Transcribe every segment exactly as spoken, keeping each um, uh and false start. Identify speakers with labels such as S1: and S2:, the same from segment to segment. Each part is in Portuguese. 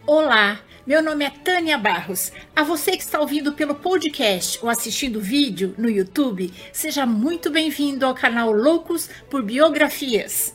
S1: Olá, meu nome é Tânia Barros. A você que está ouvindo pelo podcast ou assistindo vídeo no YouTube, seja muito bem-vindo ao canal Loucos por Biografias.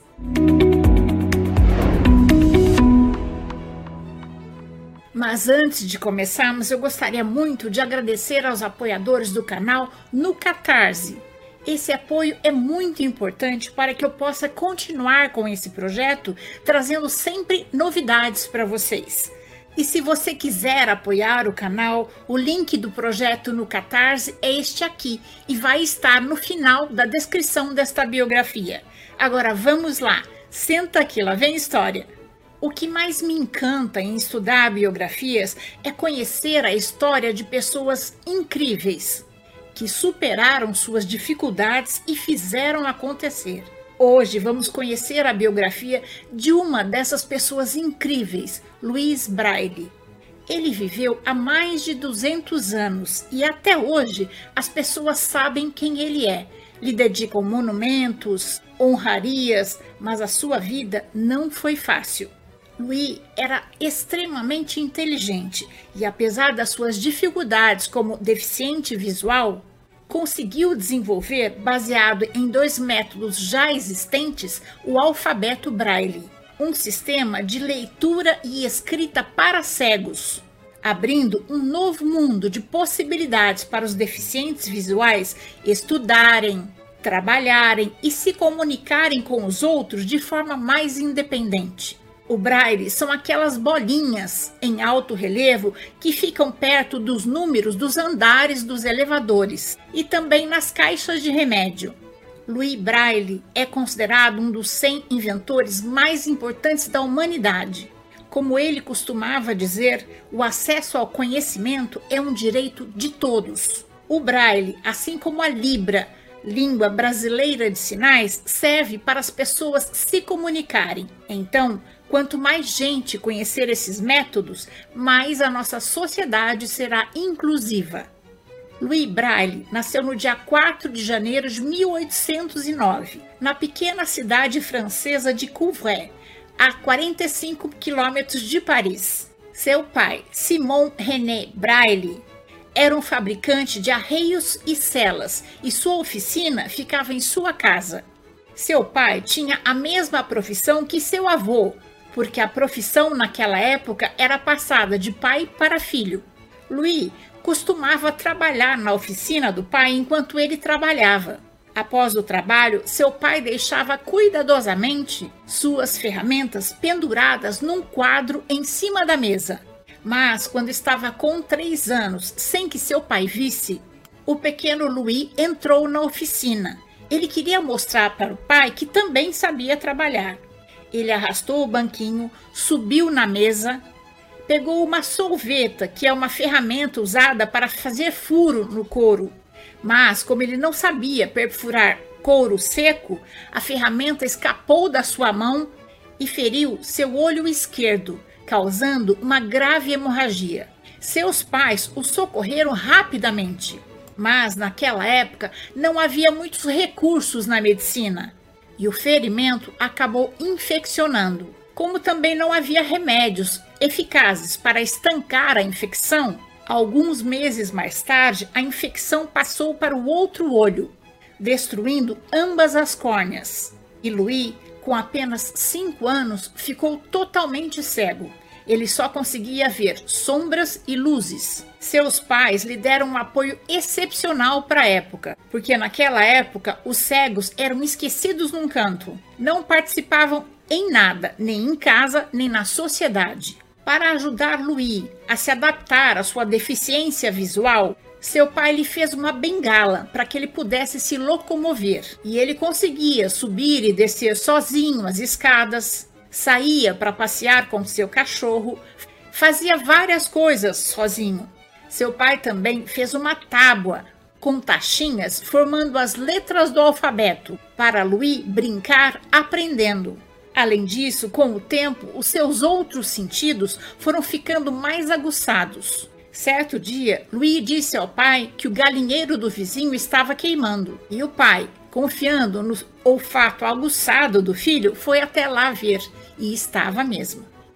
S1: Mas antes de começarmos, eu gostaria muito de agradecer aos apoiadores do canal no Catarse. Esse apoio é muito importante para que eu possa continuar com esse projeto, trazendo sempre novidades para vocês. E se você quiser apoiar o canal, o link do projeto no Catarse é este aqui e vai estar no final da descrição desta biografia. Agora vamos lá, senta aqui, lá vem história. O que mais me encanta em estudar biografias é conhecer a história de pessoas incríveis, que superaram suas dificuldades e fizeram acontecer. Hoje vamos conhecer a biografia de uma dessas pessoas incríveis, Louis Braille. Ele viveu há mais de duzentos anos e até hoje as pessoas sabem quem ele é. Lhe dedicam monumentos, honrarias, mas a sua vida não foi fácil. Louis era extremamente inteligente e, apesar das suas dificuldades como deficiente visual, conseguiu desenvolver, baseado em dois métodos já existentes, o alfabeto Braille, um sistema de leitura e escrita para cegos, abrindo um novo mundo de possibilidades para os deficientes visuais estudarem, trabalharem e se comunicarem com os outros de forma mais independente. O Braille são aquelas bolinhas em alto relevo que ficam perto dos números dos andares dos elevadores e também nas caixas de remédio. Louis Braille é considerado um dos cem inventores mais importantes da humanidade. Como ele costumava dizer, o acesso ao conhecimento é um direito de todos. O Braille, assim como a Libra, língua brasileira de sinais, serve para as pessoas se comunicarem. Então, quanto mais gente conhecer esses métodos, mais a nossa sociedade será inclusiva. Louis Braille nasceu no dia quatro de janeiro de mil oitocentos e nove, na pequena cidade francesa de Couvray, a quarenta e cinco quilômetros de Paris. Seu pai, Simon René Braille, era um fabricante de arreios e celas e sua oficina ficava em sua casa. Seu pai tinha a mesma profissão que seu avô, porque a profissão naquela época era passada de pai para filho. Louis costumava trabalhar na oficina do pai enquanto ele trabalhava. Após o trabalho, seu pai deixava cuidadosamente suas ferramentas penduradas num quadro em cima da mesa. Mas, quando estava com três anos, sem que seu pai visse, o pequeno Louis entrou na oficina. Ele queria mostrar para o pai que também sabia trabalhar. Ele arrastou o banquinho, subiu na mesa, pegou uma solveta, que é uma ferramenta usada para fazer furo no couro. Mas, como ele não sabia perfurar couro seco, a ferramenta escapou da sua mão e feriu seu olho esquerdo, causando uma grave hemorragia. Seus pais o socorreram rapidamente, mas naquela época não havia muitos recursos na medicina e o ferimento acabou infeccionando. Como também não havia remédios eficazes para estancar a infecção, alguns meses mais tarde a infecção passou para o outro olho, destruindo ambas as córneas. E Louis, com apenas cinco anos, ficou totalmente cego. Ele só conseguia ver sombras e luzes. Seus pais lhe deram um apoio excepcional para a época, porque naquela época os cegos eram esquecidos num canto. Não participavam em nada, nem em casa, nem na sociedade. Para ajudar Louis a se adaptar à sua deficiência visual, seu pai lhe fez uma bengala para que ele pudesse se locomover. E ele conseguia subir e descer sozinho as escadas, saía para passear com seu cachorro, fazia várias coisas sozinho. Seu pai também fez uma tábua com taxinhas formando as letras do alfabeto para Louis brincar aprendendo. Além disso, com o tempo, os seus outros sentidos foram ficando mais aguçados. Certo dia, Louis disse ao pai que o galinheiro do vizinho estava queimando. E o pai, confiando no olfato aguçado do filho, foi até lá ver. E estava mesmo.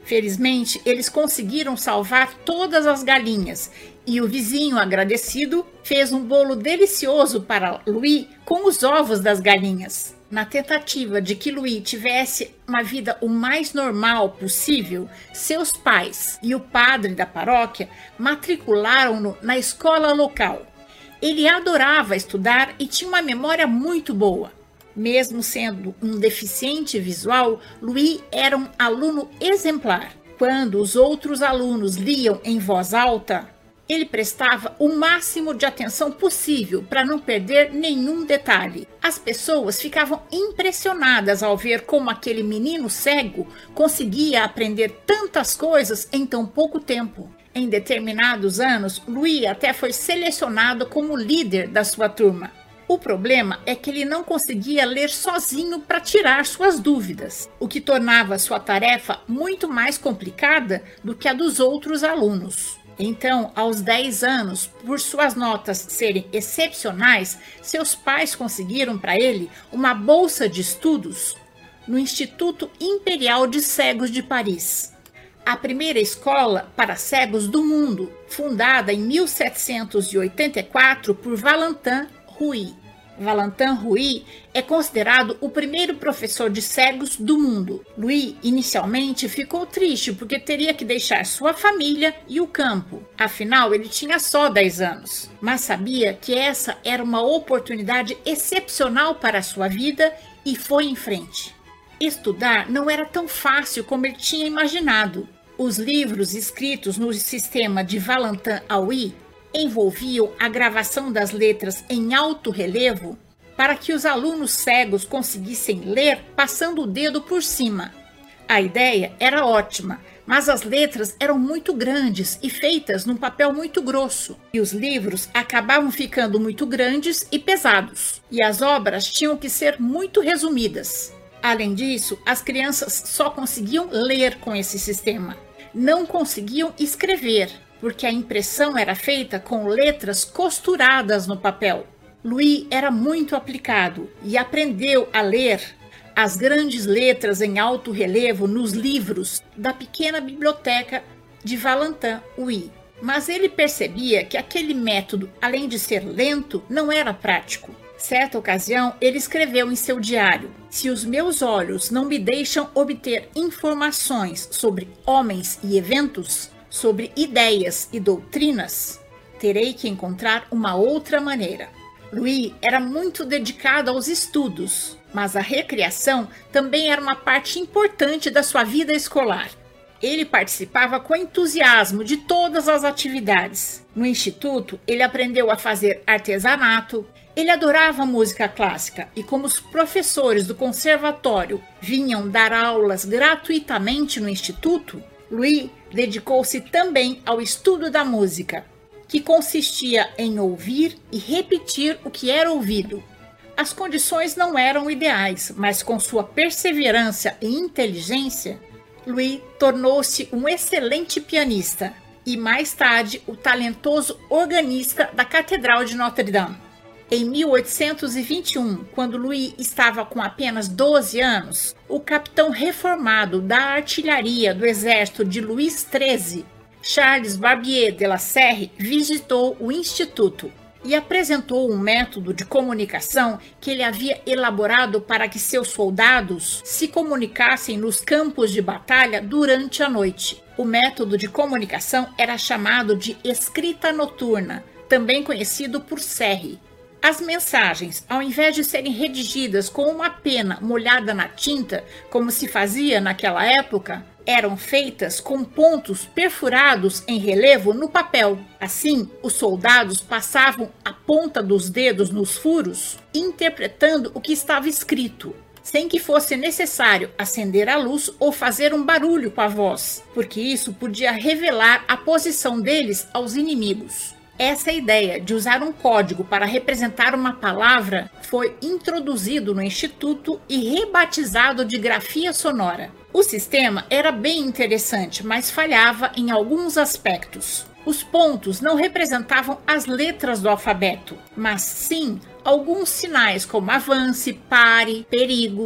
S1: Felizmente, eles conseguiram salvar todas as galinhas e o vizinho, agradecido, fez um bolo delicioso para Louis com os ovos das galinhas. Na tentativa de que Louis tivesse uma vida o mais normal possível, seus pais e o padre da paróquia matricularam-no na escola local. Ele adorava estudar e tinha uma memória muito boa. Mesmo sendo um deficiente visual, Louis era um aluno exemplar. Quando os outros alunos liam em voz alta, ele prestava o máximo de atenção possível para não perder nenhum detalhe. As pessoas ficavam impressionadas ao ver como aquele menino cego conseguia aprender tantas coisas em tão pouco tempo. Em determinados anos, Louis até foi selecionado como líder da sua turma. O problema é que ele não conseguia ler sozinho para tirar suas dúvidas, o que tornava sua tarefa muito mais complicada do que a dos outros alunos. Então, aos dez anos, por suas notas serem excepcionais, seus pais conseguiram para ele uma bolsa de estudos no Instituto Imperial de Cegos de Paris, a primeira escola para cegos do mundo, fundada em mil setecentos e oitenta e quatro por Valentin Rouy. Valentin Rouy é considerado o primeiro professor de cegos do mundo. Louis inicialmente ficou triste porque teria que deixar sua família e o campo. Afinal, ele tinha só dez anos, mas sabia que essa era uma oportunidade excepcional para a sua vida e foi em frente. Estudar não era tão fácil como ele tinha imaginado. Os livros escritos no sistema de Valentin Rouy envolviam a gravação das letras em alto relevo para que os alunos cegos conseguissem ler passando o dedo por cima. A ideia era ótima, mas as letras eram muito grandes e feitas num papel muito grosso, e os livros acabavam ficando muito grandes e pesados, e as obras tinham que ser muito resumidas. Além disso, as crianças só conseguiam ler com esse sistema, não conseguiam escrever, porque a impressão era feita com letras costuradas no papel. Louis era muito aplicado e aprendeu a ler as grandes letras em alto relevo nos livros da pequena biblioteca de Valentin Rouy. Mas ele percebia que aquele método, além de ser lento, não era prático. Certa ocasião, ele escreveu em seu diário: "Se os meus olhos não me deixam obter informações sobre homens e eventos, sobre ideias e doutrinas, terei que encontrar uma outra maneira." Louis era muito dedicado aos estudos, mas a recreação também era uma parte importante da sua vida escolar. Ele participava com entusiasmo de todas as atividades. No instituto, ele aprendeu a fazer artesanato. Ele adorava música clássica e, como os professores do conservatório vinham dar aulas gratuitamente no instituto, Louis dedicou-se também ao estudo da música, que consistia em ouvir e repetir o que era ouvido. As condições não eram ideais, mas com sua perseverança e inteligência, Louis tornou-se um excelente pianista e, mais tarde, o talentoso organista da Catedral de Notre-Dame. Em mil oitocentos e vinte e um, quando Louis estava com apenas doze anos, o capitão reformado da artilharia do exército de Luís treze, Charles Barbier de la Serre, visitou o instituto e apresentou um método de comunicação que ele havia elaborado para que seus soldados se comunicassem nos campos de batalha durante a noite. O método de comunicação era chamado de escrita noturna, também conhecido por Serre. As mensagens, ao invés de serem redigidas com uma pena molhada na tinta, como se fazia naquela época, eram feitas com pontos perfurados em relevo no papel. Assim, os soldados passavam a ponta dos dedos nos furos, interpretando o que estava escrito, sem que fosse necessário acender a luz ou fazer um barulho com a voz, porque isso podia revelar a posição deles aos inimigos. Essa ideia de usar um código para representar uma palavra foi introduzido no Instituto e rebatizado de grafia sonora. O sistema era bem interessante, mas falhava em alguns aspectos. Os pontos não representavam as letras do alfabeto, mas sim alguns sinais como avance, pare, perigo.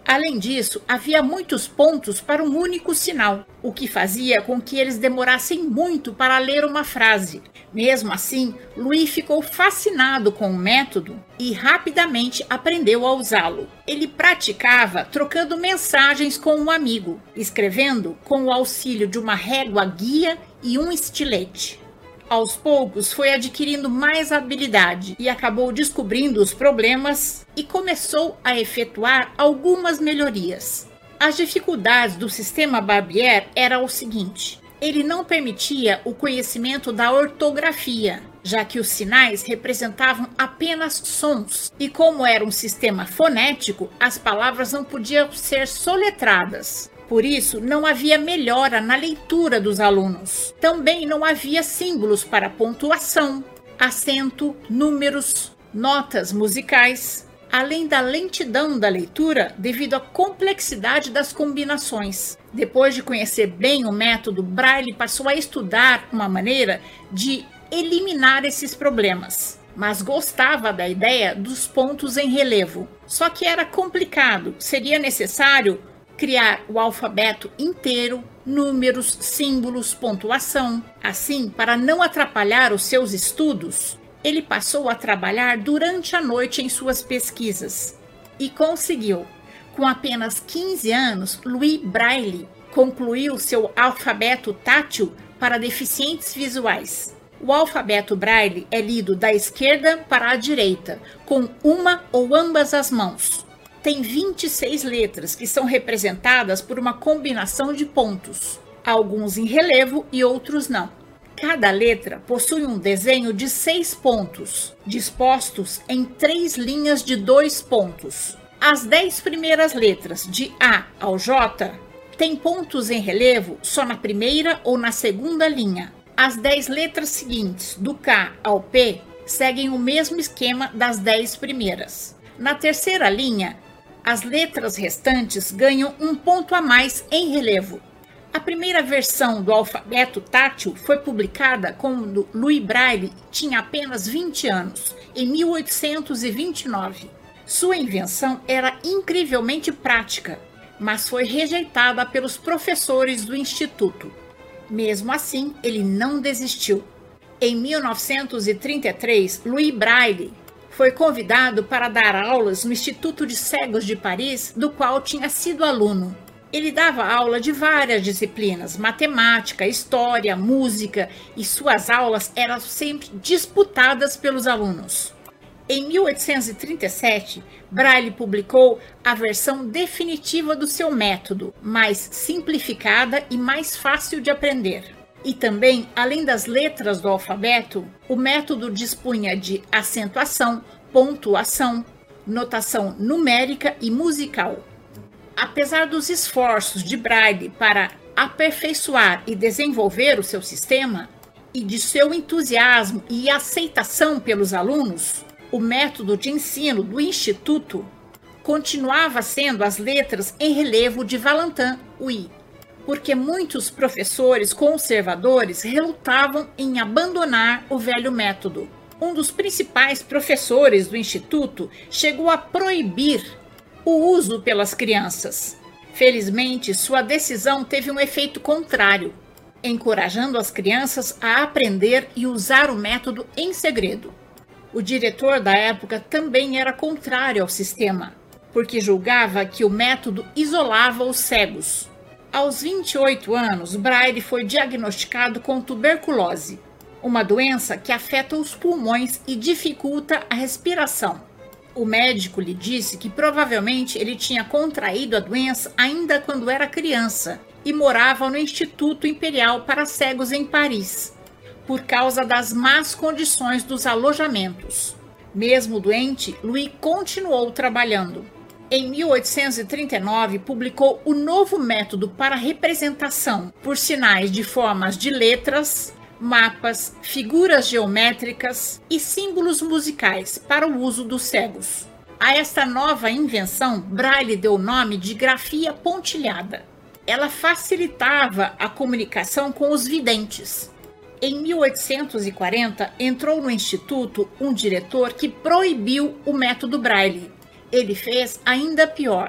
S1: Além disso, havia muitos pontos para um único sinal, o que fazia com que eles demorassem muito para ler uma frase. Mesmo assim, Louis ficou fascinado com o método e rapidamente aprendeu a usá-lo. Ele praticava trocando mensagens com um amigo, escrevendo com o auxílio de uma régua guia e um estilete. Aos poucos, foi adquirindo mais habilidade e acabou descobrindo os problemas e começou a efetuar algumas melhorias. As dificuldades do sistema Barbier eram o seguinte: ele não permitia o conhecimento da ortografia, já que os sinais representavam apenas sons, e como era um sistema fonético, as palavras não podiam ser soletradas. Por isso, não havia melhora na leitura dos alunos. Também não havia símbolos para pontuação, acento, números, notas musicais, além da lentidão da leitura devido à complexidade das combinações. Depois de conhecer bem o método, Braille passou a estudar uma maneira de eliminar esses problemas, mas gostava da ideia dos pontos em relevo. Só que era complicado, seria necessário criar o alfabeto inteiro, números, símbolos, pontuação. Assim, para não atrapalhar os seus estudos, ele passou a trabalhar durante a noite em suas pesquisas e conseguiu. Com apenas quinze anos, Louis Braille concluiu seu alfabeto tátil para deficientes visuais. O alfabeto Braille é lido da esquerda para a direita, com uma ou ambas as mãos. Tem vinte e seis letras que são representadas por uma combinação de pontos, alguns em relevo e outros não. Cada letra possui um desenho de seis pontos, dispostos em três linhas de dois pontos. As dez primeiras letras, de A ao J, têm pontos em relevo só na primeira ou na segunda linha. As dez letras seguintes, do K ao P, seguem o mesmo esquema das dez primeiras. Na terceira linha, as letras restantes ganham um ponto a mais em relevo. A primeira versão do alfabeto tátil foi publicada quando Louis Braille tinha apenas vinte anos, em mil oitocentos e vinte e nove. Sua invenção era incrivelmente prática, mas foi rejeitada pelos professores do Instituto. Mesmo assim, ele não desistiu. Em mil novecentos e trinta e três, Louis Braille foi convidado para dar aulas no Instituto de Cegos de Paris, do qual tinha sido aluno. Ele dava aula de várias disciplinas, matemática, história, música, e suas aulas eram sempre disputadas pelos alunos. Em mil oitocentos e trinta e sete, Braille publicou a versão definitiva do seu método, mais simplificada e mais fácil de aprender. E também, além das letras do alfabeto, o método dispunha de acentuação, pontuação, notação numérica e musical. Apesar dos esforços de Braille para aperfeiçoar e desenvolver o seu sistema, e de seu entusiasmo e aceitação pelos alunos, o método de ensino do Instituto continuava sendo as letras em relevo de Valentin-Houy, porque muitos professores conservadores relutavam em abandonar o velho método. Um dos principais professores do Instituto chegou a proibir o uso pelas crianças. Felizmente, sua decisão teve um efeito contrário, encorajando as crianças a aprender e usar o método em segredo. O diretor da época também era contrário ao sistema, porque julgava que o método isolava os cegos. Aos vinte e oito anos, Braille foi diagnosticado com tuberculose, uma doença que afeta os pulmões e dificulta a respiração. O médico lhe disse que provavelmente ele tinha contraído a doença ainda quando era criança e morava no Instituto Imperial para Cegos em Paris, por causa das más condições dos alojamentos. Mesmo doente, Louis continuou trabalhando. Em mil oitocentos e trinta e nove, publicou o novo método para representação por sinais de formas de letras, mapas, figuras geométricas e símbolos musicais para o uso dos cegos. A esta nova invenção, Braille deu o nome de grafia pontilhada. Ela facilitava a comunicação com os videntes. Em mil oitocentos e quarenta, entrou no Instituto um diretor que proibiu o método Braille. Ele fez ainda pior.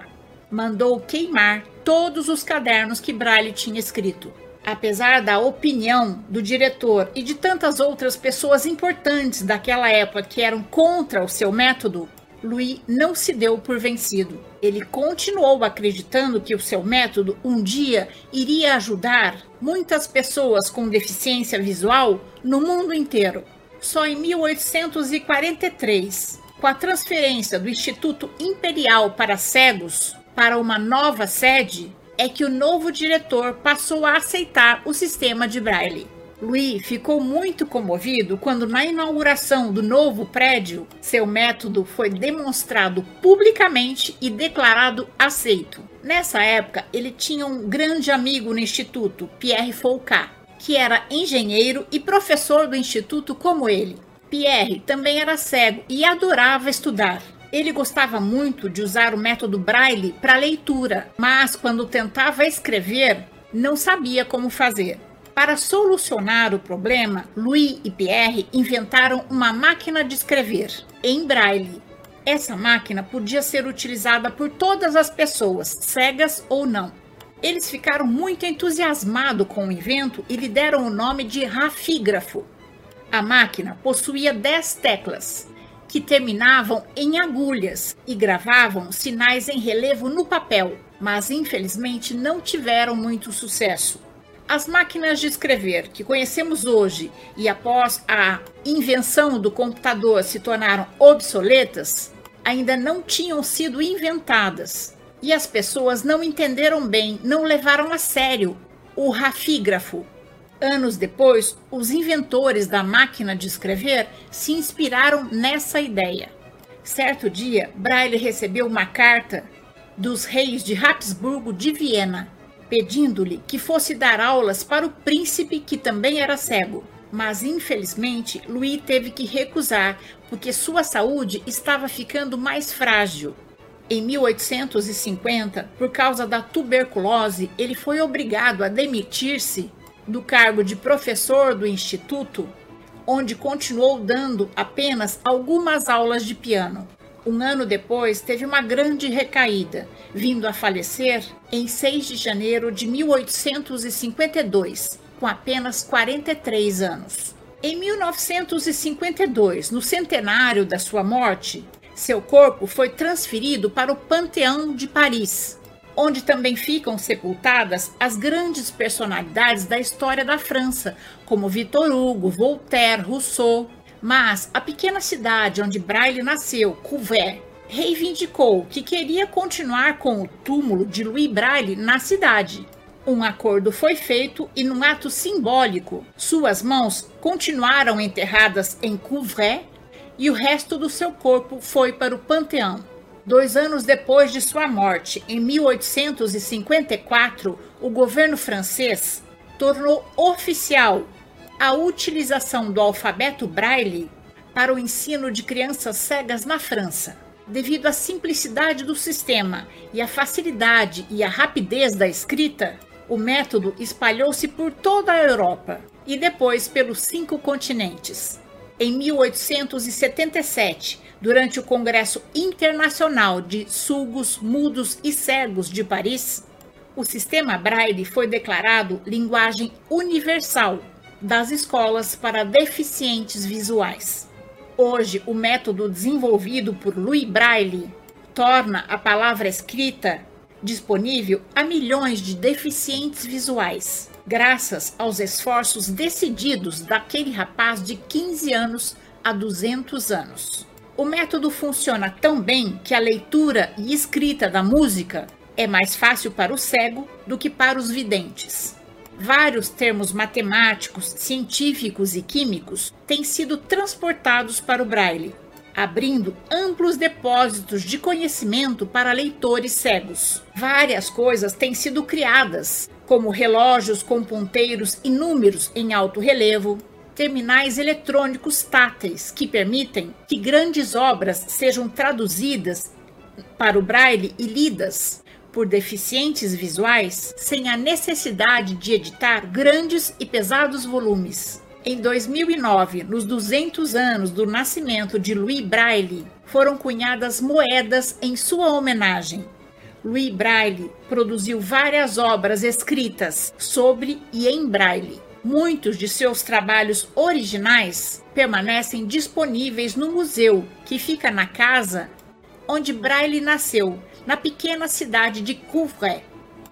S1: mandou queimar todos os cadernos que Braille tinha escrito. Apesar da opinião do diretor e de tantas outras pessoas importantes daquela época que eram contra o seu método, Louis não se deu por vencido. Ele continuou acreditando que o seu método um dia iria ajudar muitas pessoas com deficiência visual no mundo inteiro. Só em mil oitocentos e quarenta e três, com a transferência do Instituto Imperial para Cegos para uma nova sede, é que o novo diretor passou a aceitar o sistema de Braille. Louis ficou muito comovido quando, na inauguração do novo prédio, seu método foi demonstrado publicamente e declarado aceito. Nessa época, ele tinha um grande amigo no Instituto, Pierre Foucault, que era engenheiro e professor do Instituto como ele. Pierre também era cego e adorava estudar. Ele gostava muito de usar o método Braille para leitura, mas quando tentava escrever, não sabia como fazer. Para solucionar o problema, Louis e Pierre inventaram uma máquina de escrever, em Braille. Essa máquina podia ser utilizada por todas as pessoas, cegas ou não. Eles ficaram muito entusiasmados com o invento e lhe deram o nome de rafígrafo. A máquina possuía dez teclas, que terminavam em agulhas e gravavam sinais em relevo no papel, mas infelizmente não tiveram muito sucesso. As máquinas de escrever que conhecemos hoje e após a invenção do computador se tornaram obsoletas, ainda não tinham sido inventadas. E as pessoas não entenderam bem, não levaram a sério o rafígrafo. Anos depois, os inventores da máquina de escrever se inspiraram nessa ideia. Certo dia, Braille recebeu uma carta dos reis de Habsburgo de Viena, pedindo-lhe que fosse dar aulas para o príncipe, que também era cego. Mas, infelizmente, Louis teve que recusar, porque sua saúde estava ficando mais frágil. Em mil oitocentos e cinquenta, por causa da tuberculose, ele foi obrigado a demitir-se do cargo de professor do instituto, onde continuou dando apenas algumas aulas de piano. Um ano depois, teve uma grande recaída, vindo a falecer em seis de janeiro de mil oitocentos e cinquenta e dois, com apenas quarenta e três anos. Em mil novecentos e cinquenta e dois, no centenário da sua morte, seu corpo foi transferido para o Panteão de Paris, onde também ficam sepultadas as grandes personalidades da história da França, como Victor Hugo, Voltaire, Rousseau. Mas a pequena cidade onde Braille nasceu, Couvet, reivindicou que queria continuar com o túmulo de Louis Braille na cidade. Um acordo foi feito e, num ato simbólico, suas mãos continuaram enterradas em Couvet e o resto do seu corpo foi para o Panteão. Dois anos depois de sua morte, em mil oitocentos e cinquenta e quatro, o governo francês tornou oficial a utilização do alfabeto Braille para o ensino de crianças cegas na França. Devido à simplicidade do sistema e à facilidade e à rapidez da escrita, o método espalhou-se por toda a Europa e depois pelos cinco continentes. Em mil oitocentos e setenta e sete, durante o Congresso Internacional de Surdos, Mudos e Cegos de Paris, o sistema Braille foi declarado linguagem universal das escolas para deficientes visuais. Hoje, o método desenvolvido por Louis Braille torna a palavra escrita disponível a milhões de deficientes visuais, graças aos esforços decididos daquele rapaz de quinze anos a duzentos anos. O método funciona tão bem que a leitura e escrita da música é mais fácil para o cego do que para os videntes. Vários termos matemáticos, científicos e químicos têm sido transportados para o Braille, abrindo amplos depósitos de conhecimento para leitores cegos. Várias coisas têm sido criadas, como relógios com ponteiros e números em alto relevo, terminais eletrônicos táteis que permitem que grandes obras sejam traduzidas para o Braille e lidas por deficientes visuais sem a necessidade de editar grandes e pesados volumes. Em dois mil e nove, nos duzentos anos do nascimento de Louis Braille, foram cunhadas moedas em sua homenagem. Louis Braille produziu várias obras escritas sobre e em Braille. Muitos de seus trabalhos originais permanecem disponíveis no museu, que fica na casa onde Braille nasceu, na pequena cidade de Couvray,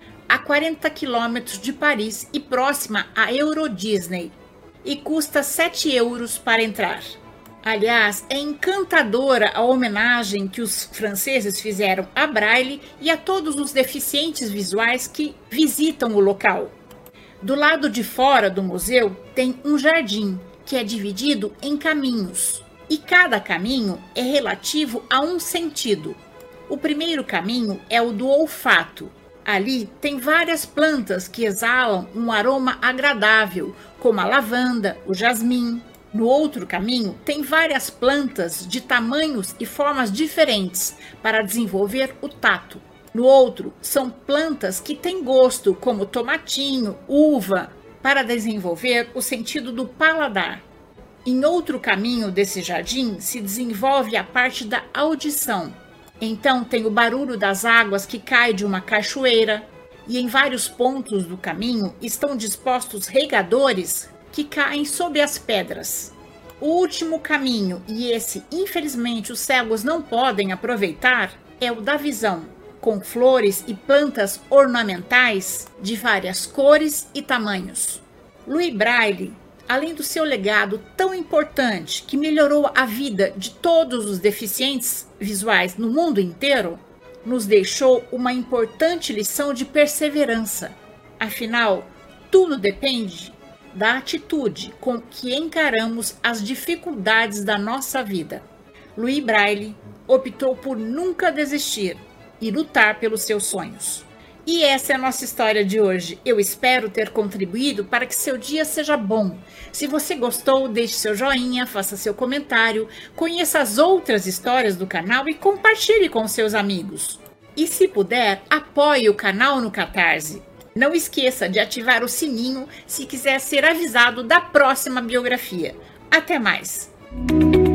S1: a quarenta quilômetros de Paris e próxima à Euro Disney, e custa sete euros para entrar. Aliás, é encantadora a homenagem que os franceses fizeram a Braille e a todos os deficientes visuais que visitam o local. Do lado de fora do museu tem um jardim, que é dividido em caminhos, e cada caminho é relativo a um sentido. O primeiro caminho é o do olfato. Ali tem várias plantas que exalam um aroma agradável, como a lavanda, o jasmim. No outro caminho tem várias plantas de tamanhos e formas diferentes para desenvolver o tato. No outro, são plantas que têm gosto, como tomatinho, uva, para desenvolver o sentido do paladar. Em outro caminho desse jardim se desenvolve a parte da audição. Então tem o barulho das águas que cai de uma cachoeira, e em vários pontos do caminho estão dispostos regadores que caem sobre as pedras. O último caminho, e esse infelizmente os cegos não podem aproveitar, é o da visão, com flores e plantas ornamentais de várias cores e tamanhos. Louis Braille, além do seu legado tão importante que melhorou a vida de todos os deficientes visuais no mundo inteiro, nos deixou uma importante lição de perseverança. Afinal, tudo depende da atitude com que encaramos as dificuldades da nossa vida. Louis Braille optou por nunca desistir e lutar pelos seus sonhos. E essa é a nossa história de hoje. Eu espero ter contribuído para que seu dia seja bom. Se você gostou, deixe seu joinha, faça seu comentário, conheça as outras histórias do canal e compartilhe com seus amigos. E se puder, apoie o canal no Catarse. Não esqueça de ativar o sininho se quiser ser avisado da próxima biografia. Até mais!